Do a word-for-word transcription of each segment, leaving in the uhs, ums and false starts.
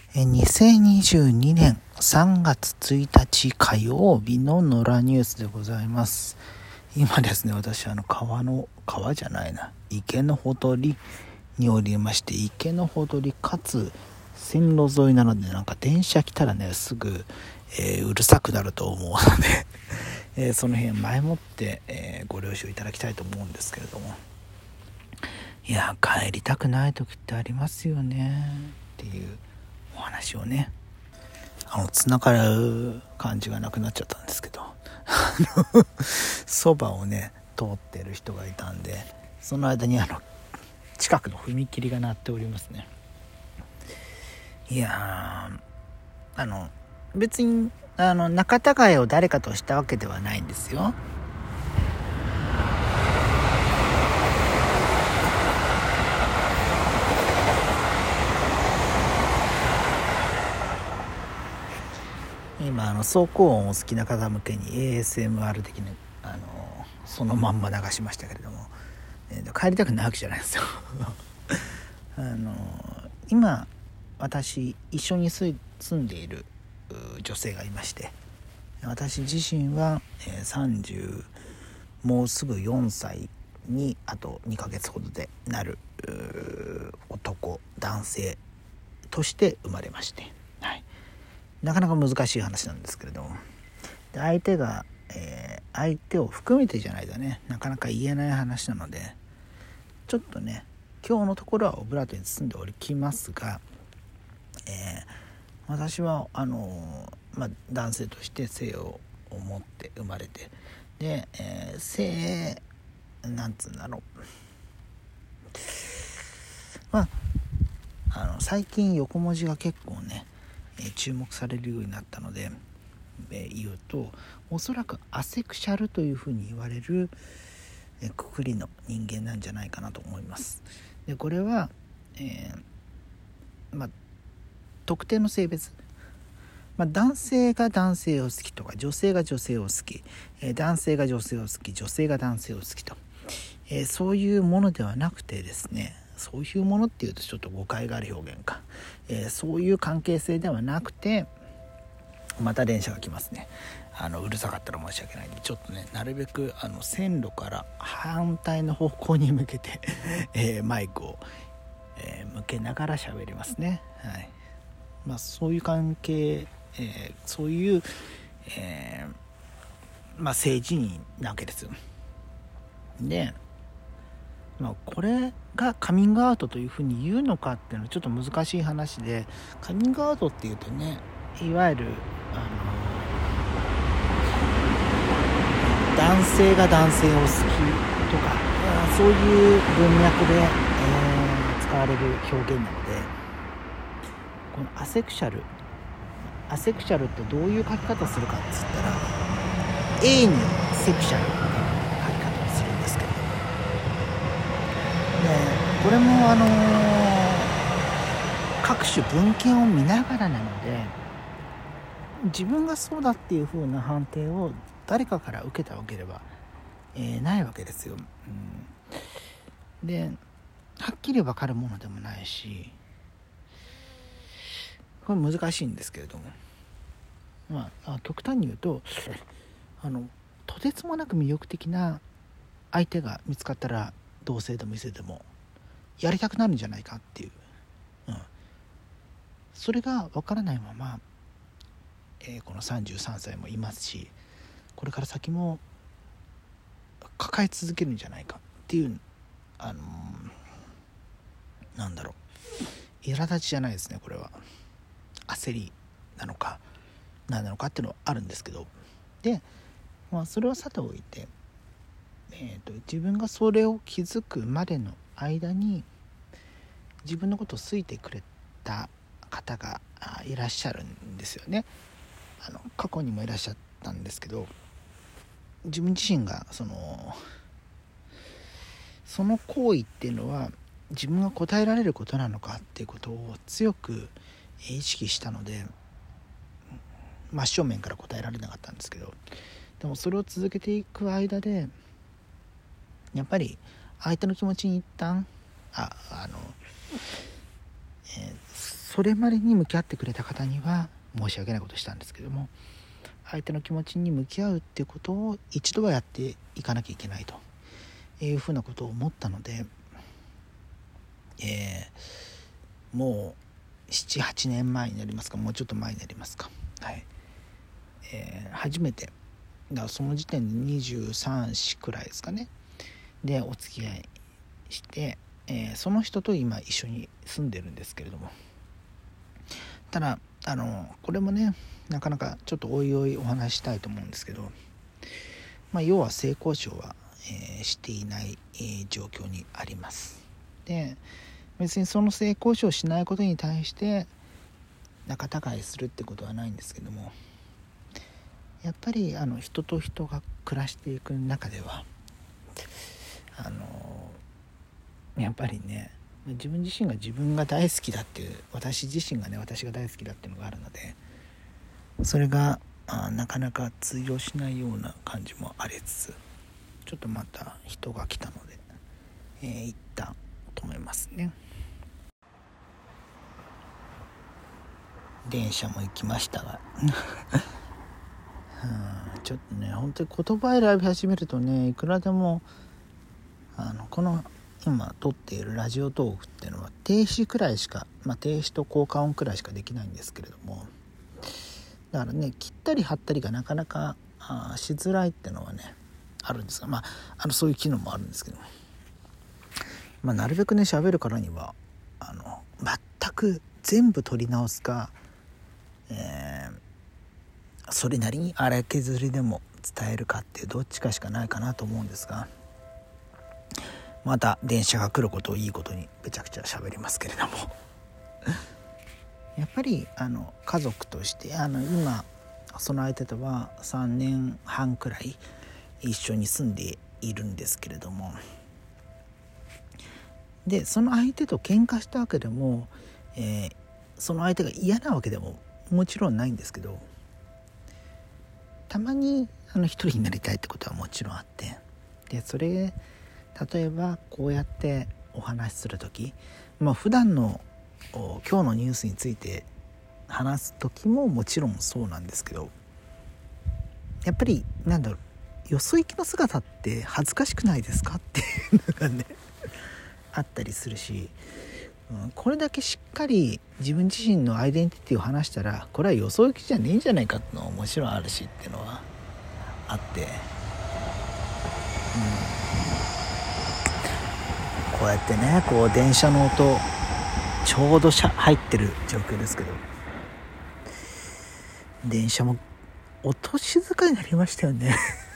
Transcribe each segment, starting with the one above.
えにせんにじゅうにねんさんがつついたち火曜日の野良ニュースでございます。今ですね、私あの川の川じゃないな池のほとりにおりまして、池のほとりかつ線路沿いなので、なんか電車来たらねすぐ、えー、うるさくなると思うので、えー、その辺前もって、えー、ご了承いただきたいと思うんですけれども、いや帰りたくない時ってありますよねっていうお話をね、あの繋がる感じがなくなっちゃったんですけど、そばをね通ってる人がいたんで、その間にあの近くの踏切が鳴っておりますね。いやー、あの別にあの仲違いを誰かとしたわけではないんですよ。今あの走行音を好きな方向けに エーエスエムアール 的にあのそのまんま流しましたけれども、えー、帰りたくないわけじゃないですよあの今私一緒に住んでいる女性がいまして、私自身は、えー、さんじゅうもうすぐよんさいにあとにかげつほどでなる男男性として生まれまして、はい、なかなか難しい話なんですけれども、で相手が、えー、相手を含めてじゃないとねなかなか言えない話なので、ちょっとね今日のところはオブラートに包んでおきますが、えー、私はあのーまあ、男性として性を持って生まれて、で、えー、性なんつうんだろう、まああの最近横文字が結構ね、えー、注目されるようになったので、えー、言うとおそらくアセクシャルというふうに言われる、えー、くくりの人間なんじゃないかなと思います。でこれは、えーまあ、特定の性別、まあ、男性が男性を好きとか女性が女性を好き、えー、男性が女性を好き女性が男性を好きと、えー、そういうものではなくてですね、そういうものっていうとちょっと誤解がある表現か、えー、そういう関係性ではなくて、また電車が来ますね。あのうるさかったら申し訳ないんで、ちょっとねなるべくあの線路から反対の方向に向けて、えー、マイクを、えー、向けながら喋りますね。はい。まあそういう関係、えー、そういう、えー、まあ政治人なわけですよ。で、まあ、これがカミングアウトというふうに言うのかっていうのはちょっと難しい話で、カミングアウトっていうとね、いわゆるあの男性が男性を好きとかそういう文脈で、えー、使われる表現なので、このアセクシャルアセクシャルってどういう書き方するかっつったら A にセクシャルっていう書き方をするんですけど、でこれもあのー、各種文献を見ながらなので、自分がそうだっていう風な判定を誰かから受けたわけでは、えー、ないわけですよ、うん、ではっきり分かるものでもないし、これ難しいんですけれども、まあ極端に言うとあのとてつもなく魅力的な相手が見つかったら同性でも異性でもやりたくなるんじゃないかっていう、うん、それが分からないまま、えー、このさんじゅうさんさいもいますし、これから先も抱え続けるんじゃないかっていう、あのー、なんだろう、苛立ちじゃないですね、これは焦りなのか何なのかっていうのはあるんですけど、で、まあ、それはさておいて、えーと、自分がそれを気づくまでの間に自分のことを好いてくれた方がいらっしゃるんですよね。あの過去にもいらっしゃったんですけど、自分自身がそのその行為っていうのは自分が答えられることなのかっていうことを強く意識したので、真正面から答えられなかったんですけど、でもそれを続けていく間でやっぱり相手の気持ちに一旦ああの、えー、 それまでに向き合ってくれた方には申し訳ないことをしたんですけども、相手の気持ちに向き合うっていうことを一度はやっていかなきゃいけないというふうなことを思ったので、えー、もうななはちねんまえになりますか、もうちょっと前になりますか、はいえー、初めてだからその時点でにじゅうさん、よんくらいですかねでお付き合いして、えー、その人と今一緒に住んでるんですけれども、ただあのこれもねなかなかちょっとおいおいお話したいと思うんですけど、まあ、要は性交渉は、えー、していない、えー、状況にあります。で別にその性交渉をしないことに対して仲違いするってことはないんですけども、やっぱりあの人と人が暮らしていく中ではあのやっぱりね自分自身が自分が大好きだっていう私自身がね私が大好きだっていうのがあるので、それがあなかなか通用しないような感じもありつつ、ちょっとまた人が来たので、えー、一旦止めますね。電車も行きましたがうんちょっとね本当に言葉選び始めるとねいくらでもあのこの今撮っているラジオトークっていうのは停止くらいしか、まあ、停止と効果音くらいしかできないんですけれども、だからね切ったり貼ったりがなかなかあしづらいっていうのはねあるんですが、まあ、あのそういう機能もあるんですけど、まあ、なるべくね喋るからにはあの全く全部取り直すか、えー、それなりに荒削りでも伝えるかっていうどっちかしかないかなと思うんですが、また電車が来ることをいいことにめちゃくちゃ喋りますけれどもやっぱりあの家族としてあの今その相手とはさんねんはんくらい一緒に住んでいるんですけれども、でその相手と喧嘩したわけでも、えー、その相手が嫌なわけでももちろんないんですけど、たまにあの一人になりたいってことはもちろんあって、でそれ例えばこうやってお話しするとき、まあ普段の今日のニュースについて話すときももちろんそうなんですけど、やっぱりなんだろうよそ行きの姿って恥ずかしくないですかっていうのがねあったりするし、うん、これだけしっかり自分自身のアイデンティティを話したらこれはよそ行きじゃねえんじゃないかってのももちろんあるしっていうのはあって、うん、こうやってねこう電車の音ちょうど車入ってる状況ですけど、電車も音静かになりましたよね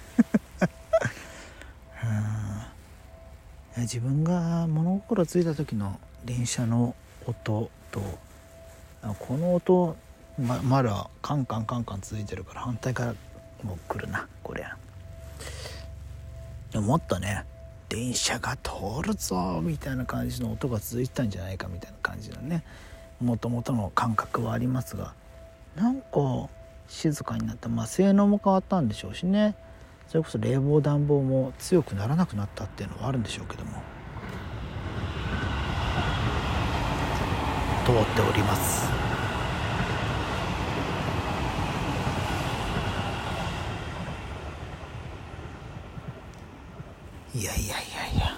うん、自分が物心ついた時の電車の音とこの音 ま, まだカンカンカンカン続いてるから反対からもう来るなこりゃ。でももっとね電車が通るぞみたいな感じの音が続いてたんじゃないかみたいな感じのねもともとの感覚はありますが、なんか静かになった、まあ性能も変わったんでしょうしね、それこそ冷房暖房も強くならなくなったっていうのはあるんでしょうけども、通っております。いやいやいやいや、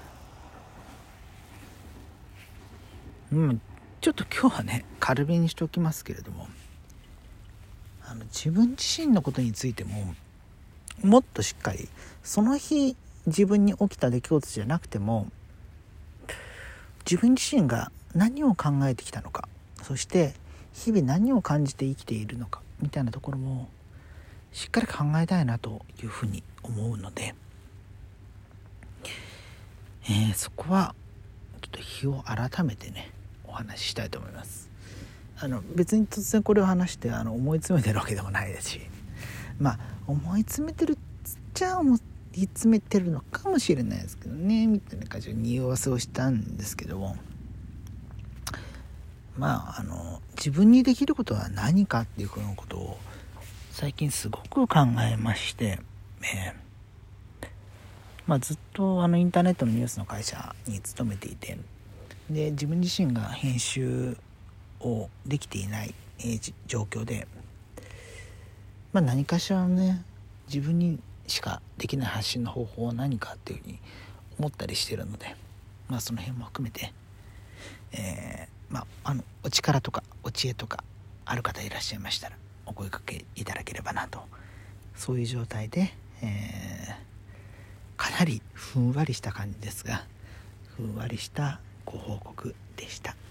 うん、ちょっと今日はね軽めにしておきますけれども、あの自分自身のことについてももっとしっかりその日自分に起きた出来事じゃなくても自分自身が何を考えてきたのか、そして日々何を感じて生きているのかみたいなところもしっかり考えたいなというふうに思うので、えー、そこはちょっと日を改めてねお話ししたいと思います。あの別に突然これを話してあの思い詰めてるわけでもないですし、まあ思い詰めてるっちゃ思い詰めてるのかもしれないですけどねみたいな感じで匂わせをしたんですけども、まああの自分にできることは何かっていうことを最近すごく考えまして、えーまあ、ずっとあのインターネットのニュースの会社に勤めていて、で自分自身が編集をできていない、えー、状況で、まあ、何かしらのね自分にしかできない発信の方法は何かっていうふうに思ったりしているので、まあ、その辺も含めて、えーまあ、あのお力とかお知恵とかある方いらっしゃいましたらお声かけいただければなと、そういう状態で、えー、かなりふんわりした感じですが、ふんわりしたご報告でした。